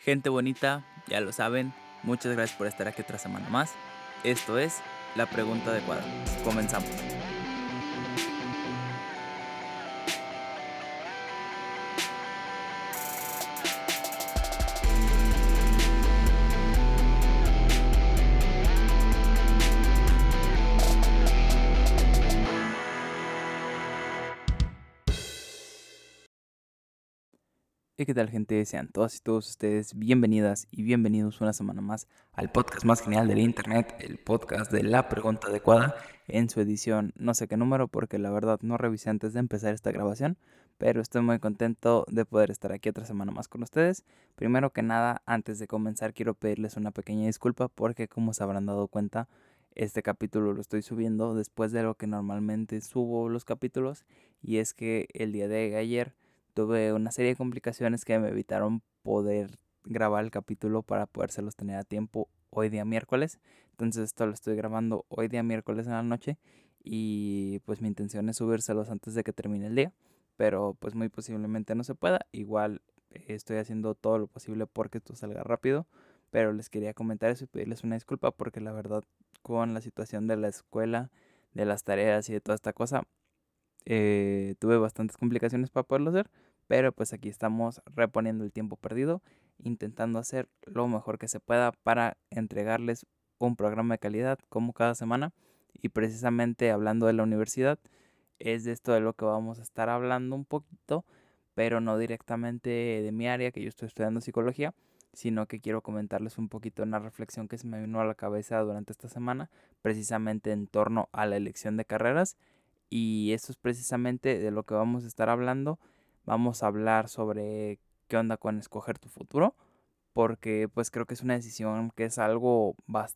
Gente bonita, ya lo saben, muchas gracias por estar aquí otra semana más. Esto es La Pregunta Adecuada. Comenzamos. ¿Y qué tal, gente? Sean todas y todos ustedes bienvenidas y bienvenidos una semana más al podcast más genial del internet, el podcast de La Pregunta Adecuada, en su edición no sé qué número, porque la verdad no revisé antes de empezar esta grabación, pero estoy muy contento de poder estar aquí otra semana más con ustedes. Primero que nada, antes de comenzar, quiero pedirles una pequeña disculpa porque, como se habrán dado cuenta, este capítulo lo estoy subiendo después de lo que normalmente subo los capítulos, y es que el día de ayer tuve una serie de complicaciones que me evitaron poder grabar el capítulo para podérselos tener a tiempo hoy día miércoles. Entonces esto lo estoy grabando hoy día miércoles en la noche, y pues mi intención es subírselos antes de que termine el día, pero pues muy posiblemente no se pueda. Igual estoy haciendo todo lo posible porque esto salga rápido, pero les quería comentar eso y pedirles una disculpa porque la verdad, con la situación de la escuela, de las tareas y de toda esta cosa, tuve bastantes complicaciones para poderlo hacer, pero pues aquí estamos reponiendo el tiempo perdido, intentando hacer lo mejor que se pueda para entregarles un programa de calidad como cada semana. Y precisamente hablando de la universidad, es de esto de lo que vamos a estar hablando un poquito, pero no directamente de mi área, que yo estoy estudiando psicología, sino que quiero comentarles un poquito una reflexión que se me vino a la cabeza durante esta semana, precisamente en torno a la elección de carreras. Y eso es precisamente de lo que vamos a estar hablando. Vamos a hablar sobre qué onda con escoger tu futuro, porque pues creo que es una decisión que es algo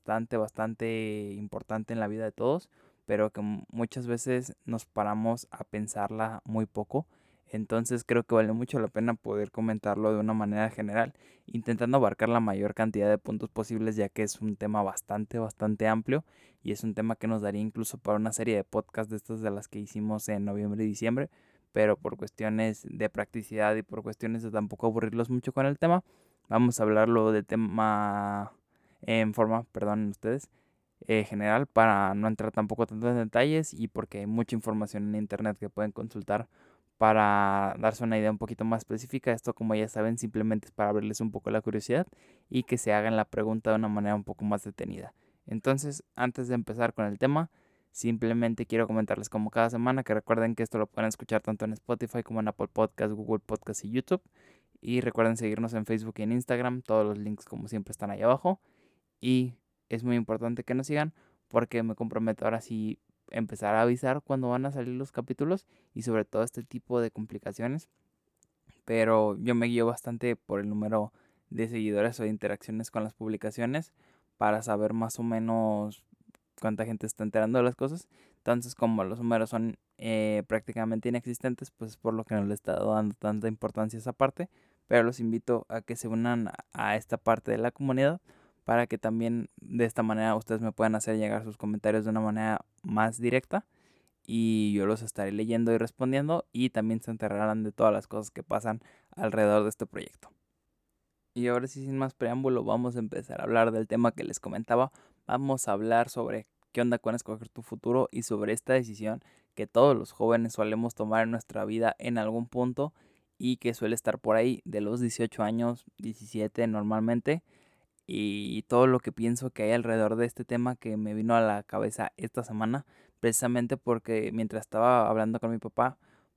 bastante importante en la vida de todos, pero que muchas veces nos paramos a pensarla muy poco. Entonces creo que vale mucho la pena poder comentarlo de una manera general, intentando abarcar la mayor cantidad de puntos posibles, ya que es un tema bastante amplio, y es un tema que nos daría incluso para una serie de podcasts de estas de las que hicimos en noviembre y diciembre, pero por cuestiones de practicidad y por cuestiones de tampoco aburrirlos mucho con el tema, vamos a hablarlo de tema en forma, perdonen ustedes, general, para no entrar tampoco tanto en detalles, y porque hay mucha información en internet que pueden consultar para darse una idea un poquito más específica. Esto, como ya saben, simplemente es para abrirles un poco la curiosidad y que se hagan la pregunta de una manera un poco más detenida. Entonces, antes de empezar con el tema, simplemente quiero comentarles como cada semana que recuerden que esto lo pueden escuchar tanto en Spotify como en Apple Podcast, Google Podcast y YouTube. Y recuerden seguirnos en Facebook y en Instagram. Todos los links, como siempre, están ahí abajo. Y es muy importante que nos sigan, porque me comprometo ahora sí empezar a avisar cuando van a salir los capítulos y sobre todo este tipo de complicaciones. Pero yo me guío bastante por el número de seguidores o de interacciones con las publicaciones para saber más o menos cuánta gente está enterando de las cosas. Entonces, como los números son prácticamente inexistentes, pues es por lo que no le he estado dando tanta importancia a esa parte. Pero los invito a que se unan a esta parte de la comunidad, para que también de esta manera ustedes me puedan hacer llegar sus comentarios de una manera más directa, y yo los estaré leyendo y respondiendo, y también se enterarán de todas las cosas que pasan alrededor de este proyecto. Y ahora sí, sin más preámbulo, vamos a empezar a hablar del tema que les comentaba. Vamos a hablar sobre qué onda con escoger tu futuro, y sobre esta decisión que todos los jóvenes solemos tomar en nuestra vida en algún punto, y que suele estar por ahí de los 18 años, 17 normalmente. Y todo lo que pienso que hay alrededor de este tema que me vino a la cabeza esta semana, precisamente porque mientras estaba hablando con mi papá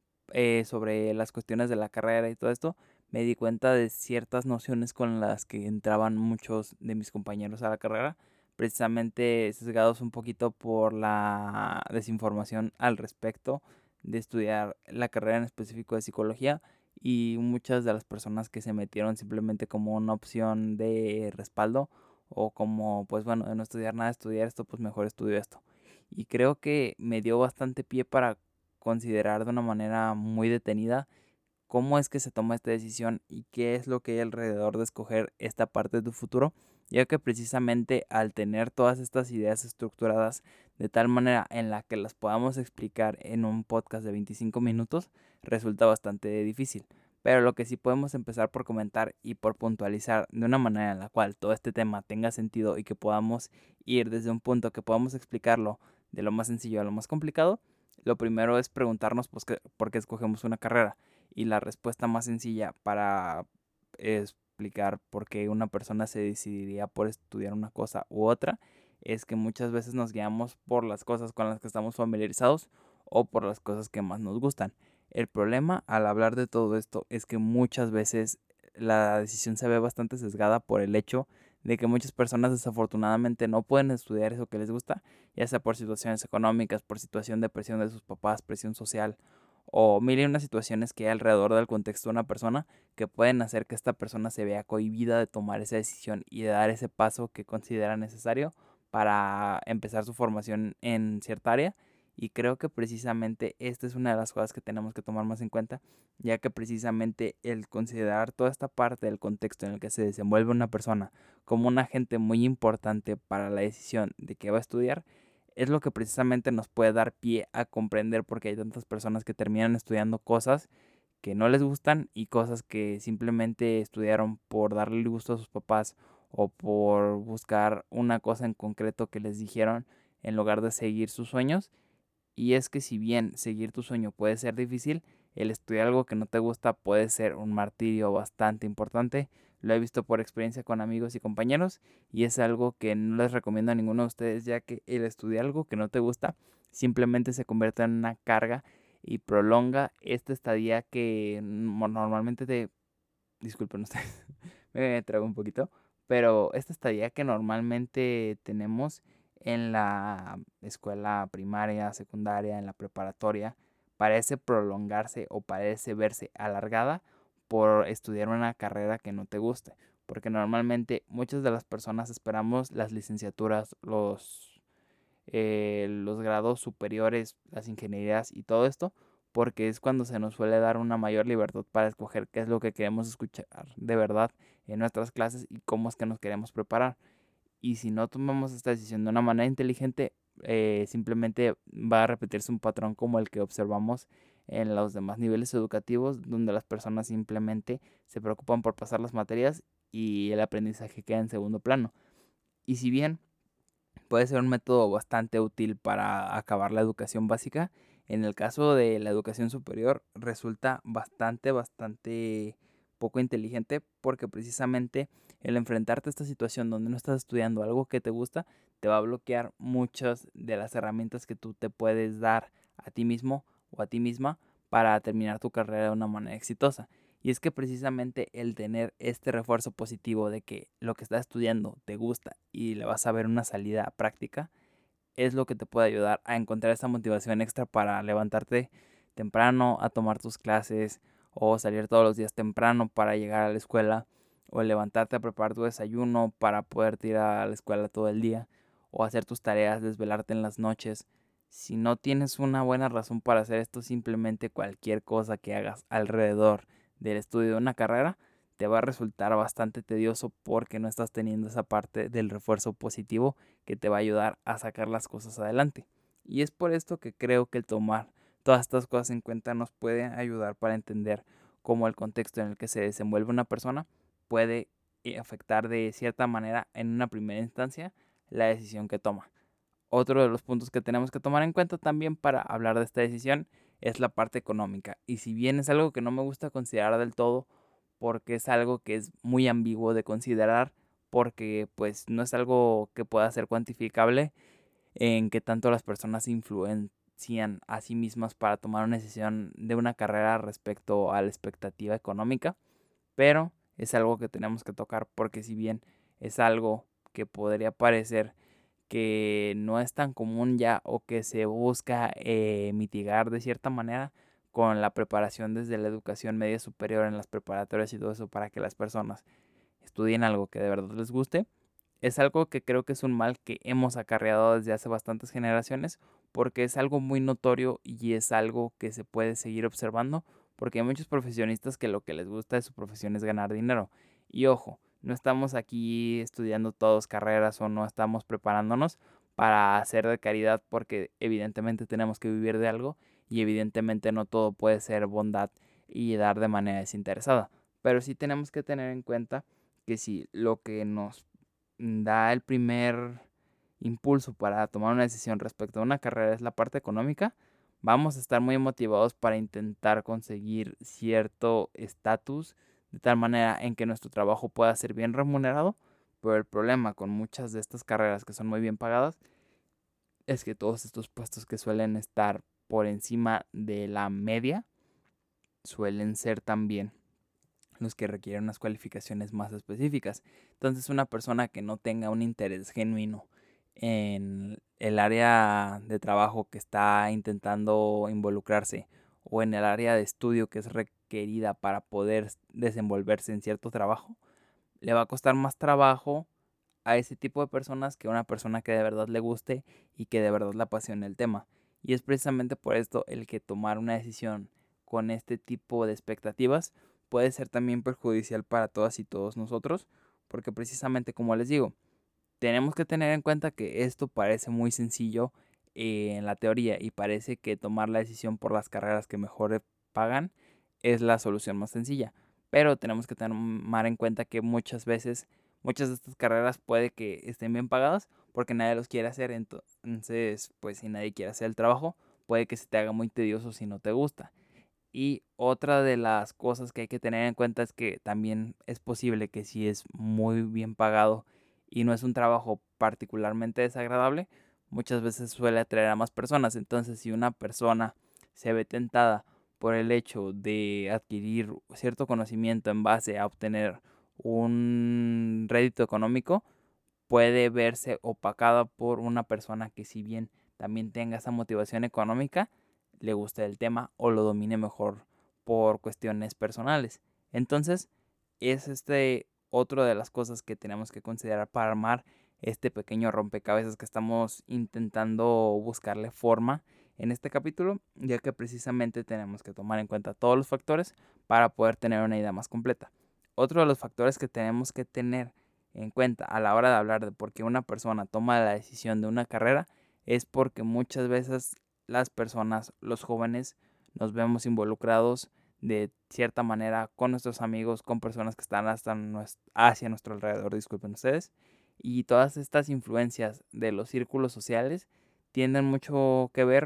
sobre las cuestiones de la carrera y todo esto, me di cuenta de ciertas nociones con las que entraban muchos de mis compañeros a la carrera, precisamente sesgados un poquito por la desinformación al respecto de estudiar la carrera en específico de psicología. Y muchas de las personas que se metieron simplemente como una opción de respaldo, o como pues bueno, de no estudiar nada, estudiar esto, pues mejor estudio esto. Y creo que me dio bastante pie para considerar de una manera muy detenida cómo es que se toma esta decisión y qué es lo que hay alrededor de escoger esta parte de tu futuro, ya que precisamente al tener todas estas ideas estructuradas de tal manera en la que las podamos explicar en un podcast de 25 minutos, resulta bastante difícil. Pero lo que sí podemos empezar por comentar y por puntualizar de una manera en la cual todo este tema tenga sentido y que podamos ir desde un punto que podamos explicarlo de lo más sencillo a lo más complicado, lo primero es preguntarnos pues, por qué escogemos una carrera. Y la respuesta más sencilla para explicar por qué una persona se decidiría por estudiar una cosa u otra es que muchas veces nos guiamos por las cosas con las que estamos familiarizados o por las cosas que más nos gustan. El problema al hablar de todo esto es que muchas veces la decisión se ve bastante sesgada por el hecho de que muchas personas desafortunadamente no pueden estudiar eso que les gusta, ya sea por situaciones económicas, por situación de presión de sus papás, presión social o mil y unas situaciones que hay alrededor del contexto de una persona que pueden hacer que esta persona se vea cohibida de tomar esa decisión y de dar ese paso que considera necesario para empezar su formación en cierta área. Y creo que precisamente esta es una de las cosas que tenemos que tomar más en cuenta, ya que precisamente el considerar toda esta parte del contexto en el que se desenvuelve una persona como un agente muy importante para la decisión de qué va a estudiar, es lo que precisamente nos puede dar pie a comprender por qué hay tantas personas que terminan estudiando cosas que no les gustan y cosas que simplemente estudiaron por darle el gusto a sus papás o por buscar una cosa en concreto que les dijeron en lugar de seguir sus sueños. Y es que si bien seguir tu sueño puede ser difícil, el estudiar algo que no te gusta puede ser un martirio bastante importante. Lo he visto por experiencia con amigos y compañeros y es algo que no les recomiendo a ninguno de ustedes, ya que el estudiar algo que no te gusta simplemente se convierte en una carga y prolonga esta estadía que normalmente te... Disculpen ustedes, me trago un poquito, pero esta estadía que normalmente tenemos en la escuela primaria, secundaria, en la preparatoria, parece prolongarse o parece verse alargada por estudiar una carrera que no te guste. Porque normalmente muchas de las personas esperamos las licenciaturas, los grados superiores, las ingenierías y todo esto, porque es cuando se nos suele dar una mayor libertad para escoger qué es lo que queremos escuchar de verdad en nuestras clases y cómo es que nos queremos preparar. Y si no tomamos esta decisión de una manera inteligente, simplemente va a repetirse un patrón como el que observamos en los demás niveles educativos, donde las personas simplemente se preocupan por pasar las materias y el aprendizaje queda en segundo plano. Y si bien puede ser un método bastante útil para acabar la educación básica, en el caso de la educación superior resulta bastante poco inteligente porque precisamente el enfrentarte a esta situación donde no estás estudiando algo que te gusta te va a bloquear muchas de las herramientas que tú te puedes dar a ti mismo o a ti misma para terminar tu carrera de una manera exitosa. Y es que precisamente el tener este refuerzo positivo de que lo que estás estudiando te gusta y le vas a ver una salida práctica, es lo que te puede ayudar a encontrar esa motivación extra para levantarte temprano a tomar tus clases o salir todos los días temprano para llegar a la escuela o levantarte a preparar tu desayuno para poder ir a la escuela todo el día o hacer tus tareas, desvelarte en las noches. Si no tienes una buena razón para hacer esto, simplemente cualquier cosa que hagas alrededor del estudio de una carrera te va a resultar bastante tedioso porque no estás teniendo esa parte del refuerzo positivo que te va a ayudar a sacar las cosas adelante. Y es por esto que creo que el tomar todas estas cosas en cuenta nos puede ayudar para entender cómo el contexto en el que se desenvuelve una persona puede afectar de cierta manera en una primera instancia la decisión que toma. Otro de los puntos que tenemos que tomar en cuenta también para hablar de esta decisión es la parte económica. Y si bien es algo que no me gusta considerar del todo, porque es algo que es muy ambiguo de considerar, porque pues no es algo que pueda ser cuantificable en que tanto las personas influencian a sí mismas para tomar una decisión de una carrera respecto a la expectativa económica, pero es algo que tenemos que tocar porque si bien es algo que podría parecer que no es tan común ya o que se busca mitigar de cierta manera con la preparación desde la educación media superior en las preparatorias y todo eso para que las personas estudien algo que de verdad les guste, es algo que creo que es un mal que hemos acarreado desde hace bastantes generaciones porque es algo muy notorio y es algo que se puede seguir observando porque hay muchos profesionistas que lo que les gusta de su profesión es ganar dinero. Y ojo, no estamos aquí estudiando todos carreras o no estamos preparándonos para hacer de caridad porque evidentemente tenemos que vivir de algo y evidentemente no todo puede ser bondad y dar de manera desinteresada. Pero sí tenemos que tener en cuenta que si lo que nos da el primer impulso para tomar una decisión respecto a una carrera es la parte económica, vamos a estar muy motivados para intentar conseguir cierto estatus de tal manera en que nuestro trabajo pueda ser bien remunerado. Pero el problema con muchas de estas carreras que son muy bien pagadas es que todos estos puestos que suelen estar por encima de la media suelen ser también los que requieren unas cualificaciones más específicas. Entonces, una persona que no tenga un interés genuino en el área de trabajo que está intentando involucrarse o en el área de estudio que es requerida para poder desenvolverse en cierto trabajo, le va a costar más trabajo a ese tipo de personas que a una persona que de verdad le guste y que de verdad le apasione el tema. Y es precisamente por esto el que tomar una decisión con este tipo de expectativas puede ser también perjudicial para todas y todos nosotros, porque precisamente como les digo, tenemos que tener en cuenta que esto parece muy sencillo en la teoría y parece que tomar la decisión por las carreras que mejor pagan es la solución más sencilla. Pero tenemos que tomar en cuenta que muchas veces, muchas de estas carreras puede que estén bien pagadas porque nadie los quiere hacer. Entonces, pues si nadie quiere hacer el trabajo, puede que se te haga muy tedioso si no te gusta. Y otra de las cosas que hay que tener en cuenta es que también es posible que si es muy bien pagado y no es un trabajo particularmente desagradable, muchas veces suele atraer a más personas. Entonces, si una persona se ve tentada por el hecho de adquirir cierto conocimiento en base a obtener un rédito económico, puede verse opacada por una persona que si bien también tenga esa motivación económica, le guste el tema o lo domine mejor por cuestiones personales. Entonces, es otro de las cosas que tenemos que considerar para armar este pequeño rompecabezas que estamos intentando buscarle forma en este capítulo, ya que precisamente tenemos que tomar en cuenta todos los factores para poder tener una idea más completa. Otro de los factores que tenemos que tener en cuenta a la hora de hablar de por qué una persona toma la decisión de una carrera es porque muchas veces las personas, los jóvenes, nos vemos involucrados de cierta manera con nuestros amigos, con personas que están hacia nuestro alrededor, disculpen ustedes, y todas estas influencias de los círculos sociales tienen mucho que ver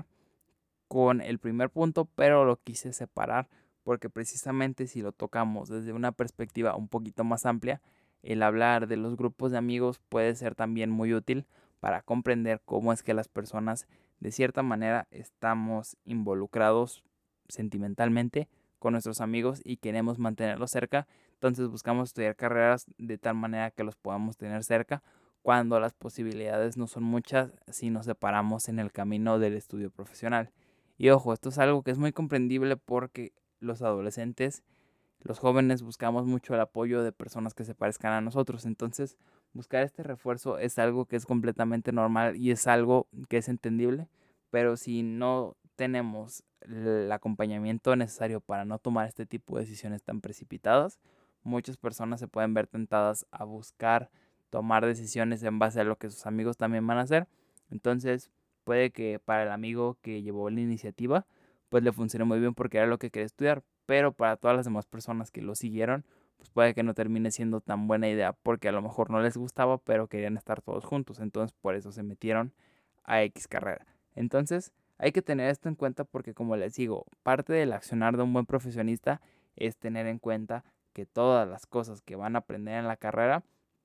con el primer punto, pero lo quise separar porque precisamente si lo tocamos desde una perspectiva un poquito más amplia, el hablar de los grupos de amigos puede ser también muy útil para comprender cómo es que las personas de cierta manera estamos involucrados sentimentalmente con nuestros amigos y queremos mantenerlos cerca. Entonces buscamos estudiar carreras de tal manera que los podamos tener cerca cuando las posibilidades no son muchas si nos separamos en el camino del estudio profesional. Y ojo, esto es algo que es muy comprendible porque los adolescentes, los jóvenes buscamos mucho el apoyo de personas que se parezcan a nosotros. Entonces, buscar este refuerzo es algo que es completamente normal y es algo que es entendible. Pero si no tenemos el acompañamiento necesario para no tomar este tipo de decisiones tan precipitadas, muchas personas se pueden ver tentadas a buscar tomar decisiones en base a lo que sus amigos también van a hacer. Entonces, puede que para el amigo que llevó la iniciativa, pues le funcione muy bien porque era lo que quería estudiar, pero para todas las demás personas que lo siguieron, pues puede que no termine siendo tan buena idea porque a lo mejor no les gustaba, pero querían estar todos juntos, entonces por eso se metieron a X carrera. Entonces, hay que tener esto en cuenta porque como les digo, parte del accionar de un buen profesionista es tener en cuenta que todas las cosas que van a aprender en la carrera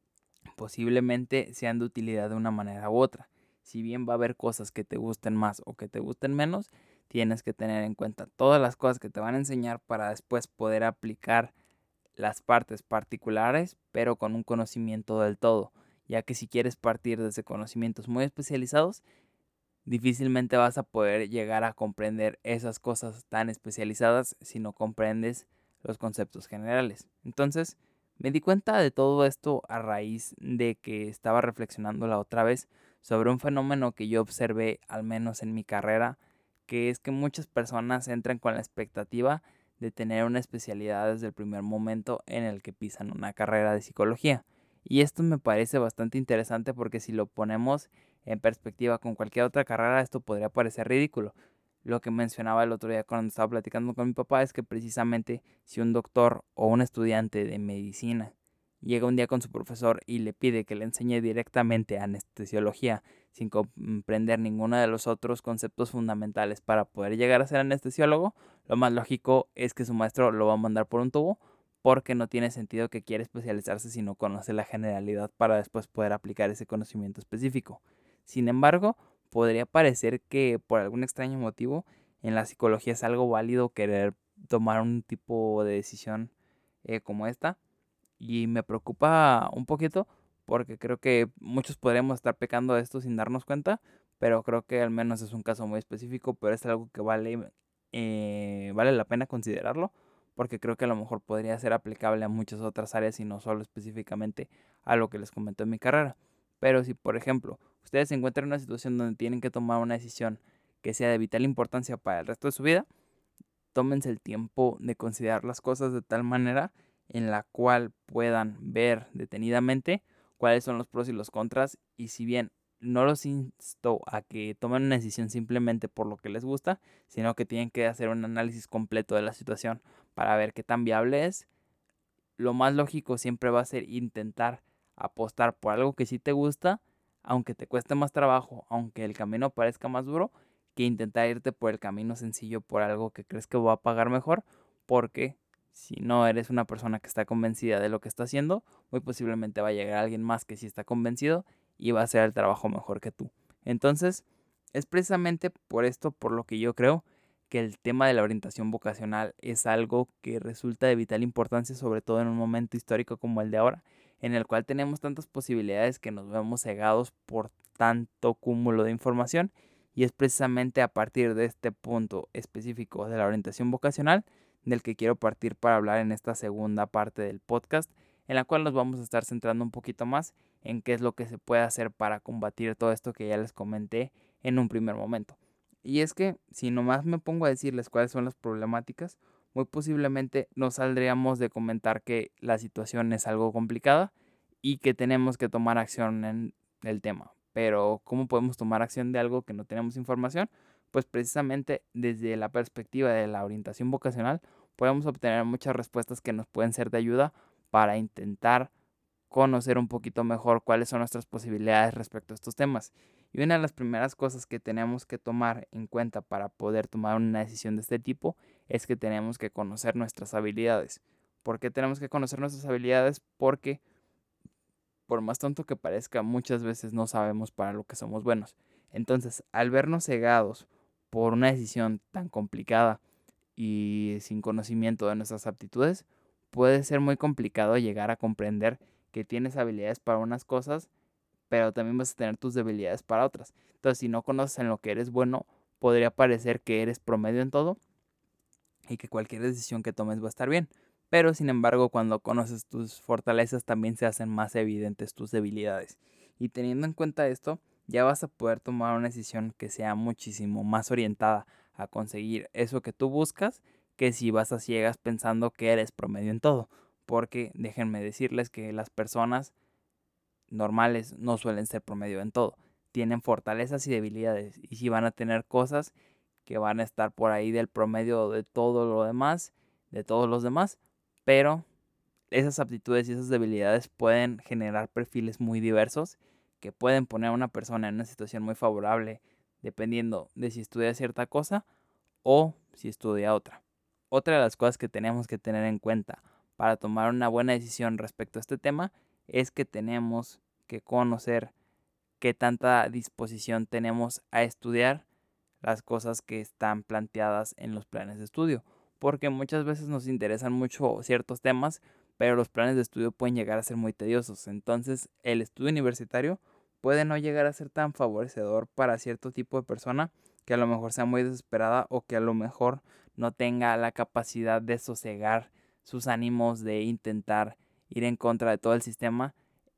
posiblemente sean de utilidad de una manera u otra. Si bien va a haber cosas que te gusten más o que te gusten menos, tienes que tener en cuenta todas las cosas que te van a enseñar para después poder aplicar las partes particulares, pero con un conocimiento del todo, ya que si quieres partir desde conocimientos muy especializados, difícilmente vas a poder llegar a comprender esas cosas tan especializadas si no comprendes los conceptos generales. Entonces, me di cuenta de todo esto a raíz de que estaba reflexionando la otra vez sobre un fenómeno que yo observé, al menos en mi carrera, que es que muchas personas entran con la expectativa de tener una especialidad desde el primer momento en el que pisan una carrera de psicología. Y esto me parece bastante interesante porque si lo ponemos en perspectiva con cualquier otra carrera, esto podría parecer ridículo. Lo que mencionaba el otro día cuando estaba platicando con mi papá es que precisamente si un doctor o un estudiante de medicina llega un día con su profesor y le pide que le enseñe directamente anestesiología sin comprender ninguno de los otros conceptos fundamentales para poder llegar a ser anestesiólogo, lo más lógico es que su maestro lo va a mandar por un tubo porque no tiene sentido que quiera especializarse si no conoce la generalidad para después poder aplicar ese conocimiento específico. Sin embargo, podría parecer que por algún extraño motivo en la psicología es algo válido querer tomar un tipo de decisión como esta, y me preocupa un poquito porque creo que muchos podríamos estar pecando de esto sin darnos cuenta, pero creo que al menos es un caso muy específico, pero es algo que vale la pena considerarlo porque creo que a lo mejor podría ser aplicable a muchas otras áreas y no solo específicamente a lo que les comenté en mi carrera. Pero si, por ejemplo, ustedes se encuentran en una situación donde tienen que tomar una decisión que sea de vital importancia para el resto de su vida, tómense el tiempo de considerar las cosas de tal manera en la cual puedan ver detenidamente cuáles son los pros y los contras, y si bien no los insto a que tomen una decisión simplemente por lo que les gusta, sino que tienen que hacer un análisis completo de la situación para ver qué tan viable es, lo más lógico siempre va a ser intentar apostar por algo que sí te gusta, aunque te cueste más trabajo, aunque el camino parezca más duro, que intentar irte por el camino sencillo por algo que crees que va a pagar mejor, porque si no eres una persona que está convencida de lo que está haciendo, muy posiblemente va a llegar alguien más que sí está convencido y va a hacer el trabajo mejor que tú. Entonces, es precisamente por esto por lo que yo creo que el tema de la orientación vocacional es algo que resulta de vital importancia, sobre todo en un momento histórico como el de ahora, en el cual tenemos tantas posibilidades que nos vemos cegados por tanto cúmulo de información, y es precisamente a partir de este punto específico de la orientación vocacional del que quiero partir para hablar en esta segunda parte del podcast, en la cual nos vamos a estar centrando un poquito más en qué es lo que se puede hacer para combatir todo esto que ya les comenté en un primer momento. Y es que si nomás me pongo a decirles cuáles son las problemáticas, muy posiblemente no saldríamos de comentar que la situación es algo complicada y que tenemos que tomar acción en el tema. Pero ¿cómo podemos tomar acción de algo que no tenemos información? Pues precisamente desde la perspectiva de la orientación vocacional podemos obtener muchas respuestas que nos pueden ser de ayuda para intentar conocer un poquito mejor cuáles son nuestras posibilidades respecto a estos temas. Y una de las primeras cosas que tenemos que tomar en cuenta para poder tomar una decisión de este tipo es que tenemos que conocer nuestras habilidades. ¿Por qué tenemos que conocer nuestras habilidades? Porque, por más tonto que parezca, muchas veces no sabemos para lo que somos buenos. Entonces, al vernos cegados por una decisión tan complicada y sin conocimiento de nuestras aptitudes, puede ser muy complicado llegar a comprender que tienes habilidades para unas cosas, pero también vas a tener tus debilidades para otras. Entonces, si no conoces en lo que eres bueno, podría parecer que eres promedio en todo y que cualquier decisión que tomes va a estar bien. Pero, sin embargo, cuando conoces tus fortalezas, también se hacen más evidentes tus debilidades. Y teniendo en cuenta esto, ya vas a poder tomar una decisión que sea muchísimo más orientada a conseguir eso que tú buscas, que si vas a ciegas pensando que eres promedio en todo. Porque déjenme decirles que las personas normales no suelen ser promedio en todo. Tienen fortalezas y debilidades. Y si van a tener cosas que van a estar por ahí del promedio de todo lo demás, de todos los demás. Pero esas aptitudes y esas debilidades pueden generar perfiles muy diversos que pueden poner a una persona en una situación muy favorable dependiendo de si estudia cierta cosa o si estudia otra. Otra de las cosas que tenemos que tener en cuenta para tomar una buena decisión respecto a este tema es que tenemos que conocer qué tanta disposición tenemos a estudiar las cosas que están planteadas en los planes de estudio, porque muchas veces nos interesan mucho ciertos temas, pero los planes de estudio pueden llegar a ser muy tediosos. Entonces, el estudio universitario puede no llegar a ser tan favorecedor para cierto tipo de persona que a lo mejor sea muy desesperada o que a lo mejor no tenga la capacidad de sosegar sus ánimos, de intentar ir en contra de todo el sistema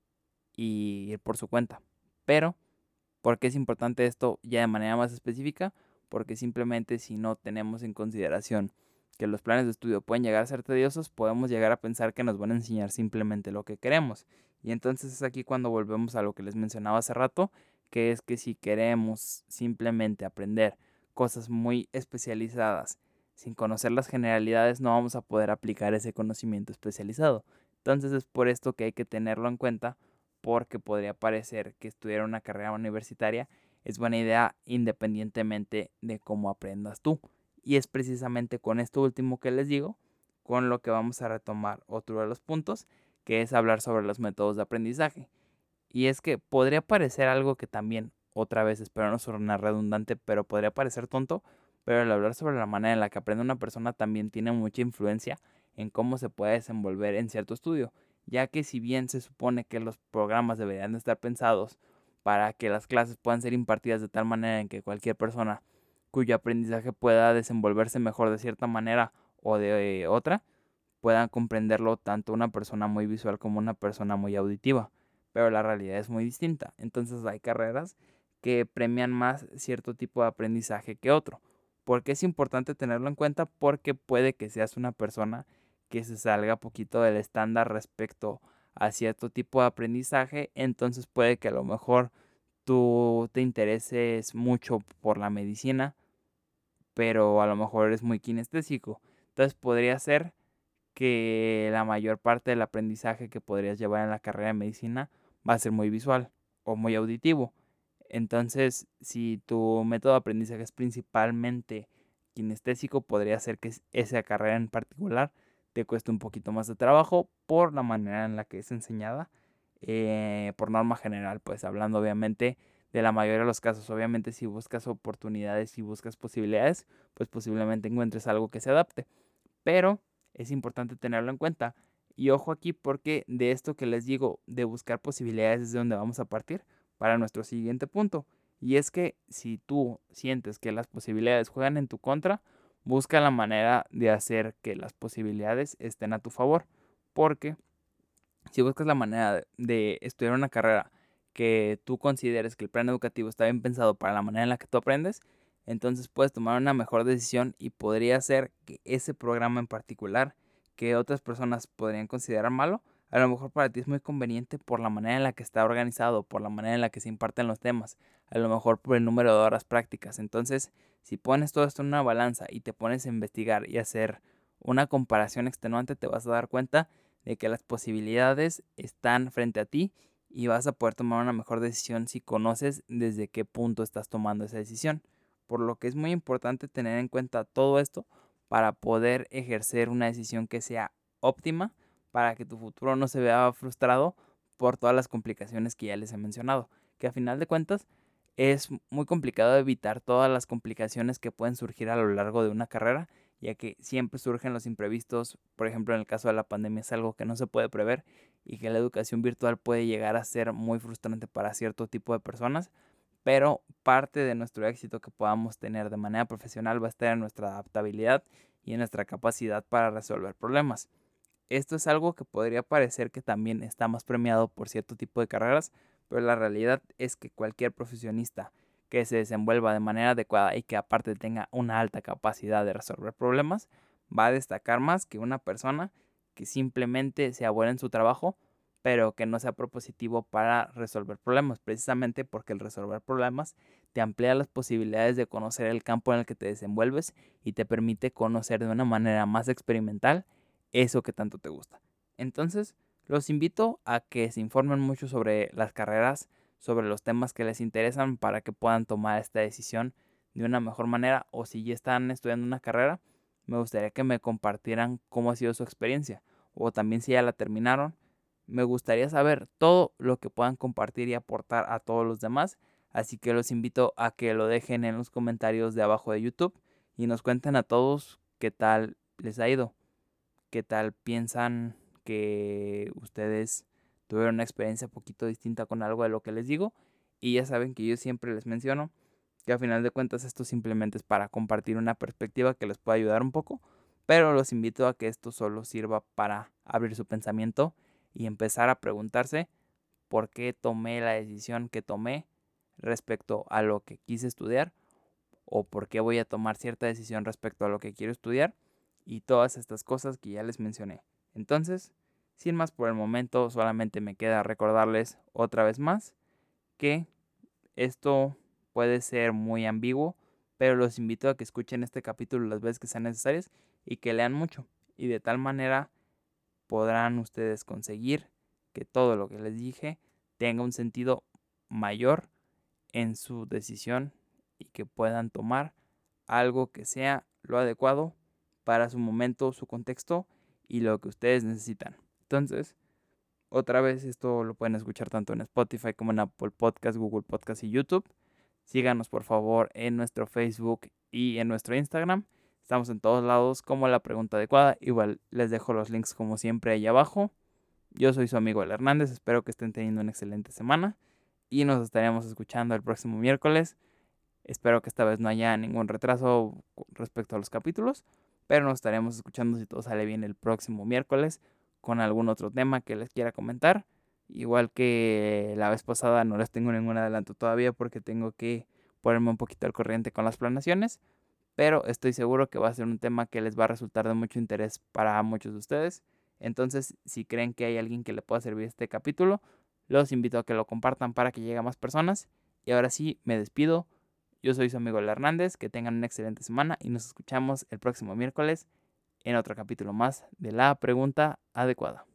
y ir por su cuenta. Pero, ¿por qué es importante esto ya de manera más específica? Porque simplemente si no tenemos en consideración que los planes de estudio pueden llegar a ser tediosos, podemos llegar a pensar que nos van a enseñar simplemente lo que queremos. Y entonces es aquí cuando volvemos a lo que les mencionaba hace rato, que es que si queremos simplemente aprender cosas muy especializadas sin conocer las generalidades, no vamos a poder aplicar ese conocimiento especializado. Entonces es por esto que hay que tenerlo en cuenta, porque podría parecer que estudiar una carrera universitaria es buena idea independientemente de cómo aprendas tú. Y es precisamente con esto último que les digo, con lo que vamos a retomar otro de los puntos, que es hablar sobre los métodos de aprendizaje. Y es que podría parecer algo que también, otra vez, espero no sonar redundante, pero podría parecer tonto, pero el hablar sobre la manera en la que aprende una persona también tiene mucha influencia en cómo se puede desenvolver en cierto estudio, ya que si bien se supone que los programas deberían de estar pensados para que las clases puedan ser impartidas de tal manera en que cualquier persona cuyo aprendizaje pueda desenvolverse mejor de cierta manera o de otra, puedan comprenderlo tanto una persona muy visual como una persona muy auditiva, pero la realidad es muy distinta. Entonces hay carreras que premian más cierto tipo de aprendizaje que otro. ¿Por qué es importante tenerlo en cuenta? Porque puede que seas una persona que se salga poquito del estándar respecto a cierto tipo de aprendizaje, entonces puede que a lo mejor tú te intereses mucho por la medicina, pero a lo mejor eres muy kinestésico. Entonces podría ser que la mayor parte del aprendizaje que podrías llevar en la carrera de medicina va a ser muy visual o muy auditivo. Entonces, si tu método de aprendizaje es principalmente kinestésico, podría ser que esa carrera en particular te cueste un poquito más de trabajo por la manera en la que es enseñada. Por norma general, pues hablando obviamente de la mayoría de los casos. Obviamente si buscas oportunidades y buscas posibilidades, pues posiblemente encuentres algo que se adapte. Pero es importante tenerlo en cuenta. Y ojo aquí, porque de esto que les digo, de buscar posibilidades, es de donde vamos a partir para nuestro siguiente punto. Y es que si tú sientes que las posibilidades juegan en tu contra, busca la manera de hacer que las posibilidades estén a tu favor. Porque si buscas la manera de estudiar una carrera que tú consideres que el plan educativo está bien pensado para la manera en la que tú aprendes, entonces puedes tomar una mejor decisión y podría ser que ese programa en particular, que otras personas podrían considerar malo, a lo mejor para ti es muy conveniente por la manera en la que está organizado, por la manera en la que se imparten los temas, a lo mejor por el número de horas prácticas. Entonces, si pones todo esto en una balanza y te pones a investigar y hacer una comparación extenuante, te vas a dar cuenta de que las posibilidades están frente a ti y vas a poder tomar una mejor decisión si conoces desde qué punto estás tomando esa decisión. Por lo que es muy importante tener en cuenta todo esto para poder ejercer una decisión que sea óptima, para que tu futuro no se vea frustrado por todas las complicaciones que ya les he mencionado, que a final de cuentas es muy complicado evitar todas las complicaciones que pueden surgir a lo largo de una carrera, ya que siempre surgen los imprevistos. Por ejemplo, en el caso de la pandemia es algo que no se puede prever y que la educación virtual puede llegar a ser muy frustrante para cierto tipo de personas, pero parte de nuestro éxito que podamos tener de manera profesional va a estar en nuestra adaptabilidad y en nuestra capacidad para resolver problemas. Esto es algo que podría parecer que también está más premiado por cierto tipo de carreras, pero la realidad es que cualquier profesionista que se desenvuelva de manera adecuada y que aparte tenga una alta capacidad de resolver problemas, va a destacar más que una persona que simplemente sea buena en su trabajo, pero que no sea propositivo para resolver problemas, precisamente porque el resolver problemas te amplía las posibilidades de conocer el campo en el que te desenvuelves y te permite conocer de una manera más experimental eso que tanto te gusta. Entonces, los invito a que se informen mucho sobre las carreras, sobre los temas que les interesan para que puedan tomar esta decisión de una mejor manera, o si ya están estudiando una carrera, me gustaría que me compartieran cómo ha sido su experiencia, o también si ya la terminaron. Me gustaría saber todo lo que puedan compartir y aportar a todos los demás, así que los invito a que lo dejen en los comentarios de abajo de YouTube y nos cuenten a todos qué tal les ha ido. ¿Qué tal piensan que ustedes tuvieron una experiencia un poquito distinta con algo de lo que les digo? Y ya saben que yo siempre les menciono que a final de cuentas esto simplemente es para compartir una perspectiva que les pueda ayudar un poco, pero los invito a que esto solo sirva para abrir su pensamiento y empezar a preguntarse por qué tomé la decisión que tomé respecto a lo que quise estudiar, o por qué voy a tomar cierta decisión respecto a lo que quiero estudiar y todas estas cosas que ya les mencioné. Entonces, sin más por el momento, solamente me queda recordarles otra vez más que esto puede ser muy ambiguo, pero los invito a que escuchen este capítulo las veces que sean necesarias y que lean mucho. Y de tal manera podrán ustedes conseguir que todo lo que les dije tenga un sentido mayor en su decisión y que puedan tomar algo que sea lo adecuado para su momento, su contexto y lo que ustedes necesitan. Entonces, otra vez esto lo pueden escuchar tanto en Spotify como en Apple Podcast, Google Podcast y YouTube. Síganos por favor en nuestro Facebook y en nuestro Instagram. Estamos en todos lados como La Pregunta Adecuada. Igual les dejo los links como siempre ahí abajo. Yo soy su amigo El Hernández. Espero que estén teniendo una excelente semana. Y nos estaremos escuchando el próximo miércoles. Espero que esta vez no haya ningún retraso respecto a los capítulos. Pero nos estaremos escuchando si todo sale bien el próximo miércoles con algún otro tema que les quiera comentar. Igual que la vez pasada no les tengo ningún adelanto todavía porque tengo que ponerme un poquito al corriente con las planeaciones. Pero estoy seguro que va a ser un tema que les va a resultar de mucho interés para muchos de ustedes. Entonces, si creen que hay alguien que le pueda servir este capítulo, los invito a que lo compartan para que llegue a más personas. Y ahora sí, me despido. Yo soy su amigo El Hernández. Que tengan una excelente semana y nos escuchamos el próximo miércoles en otro capítulo más de La Pregunta Adecuada.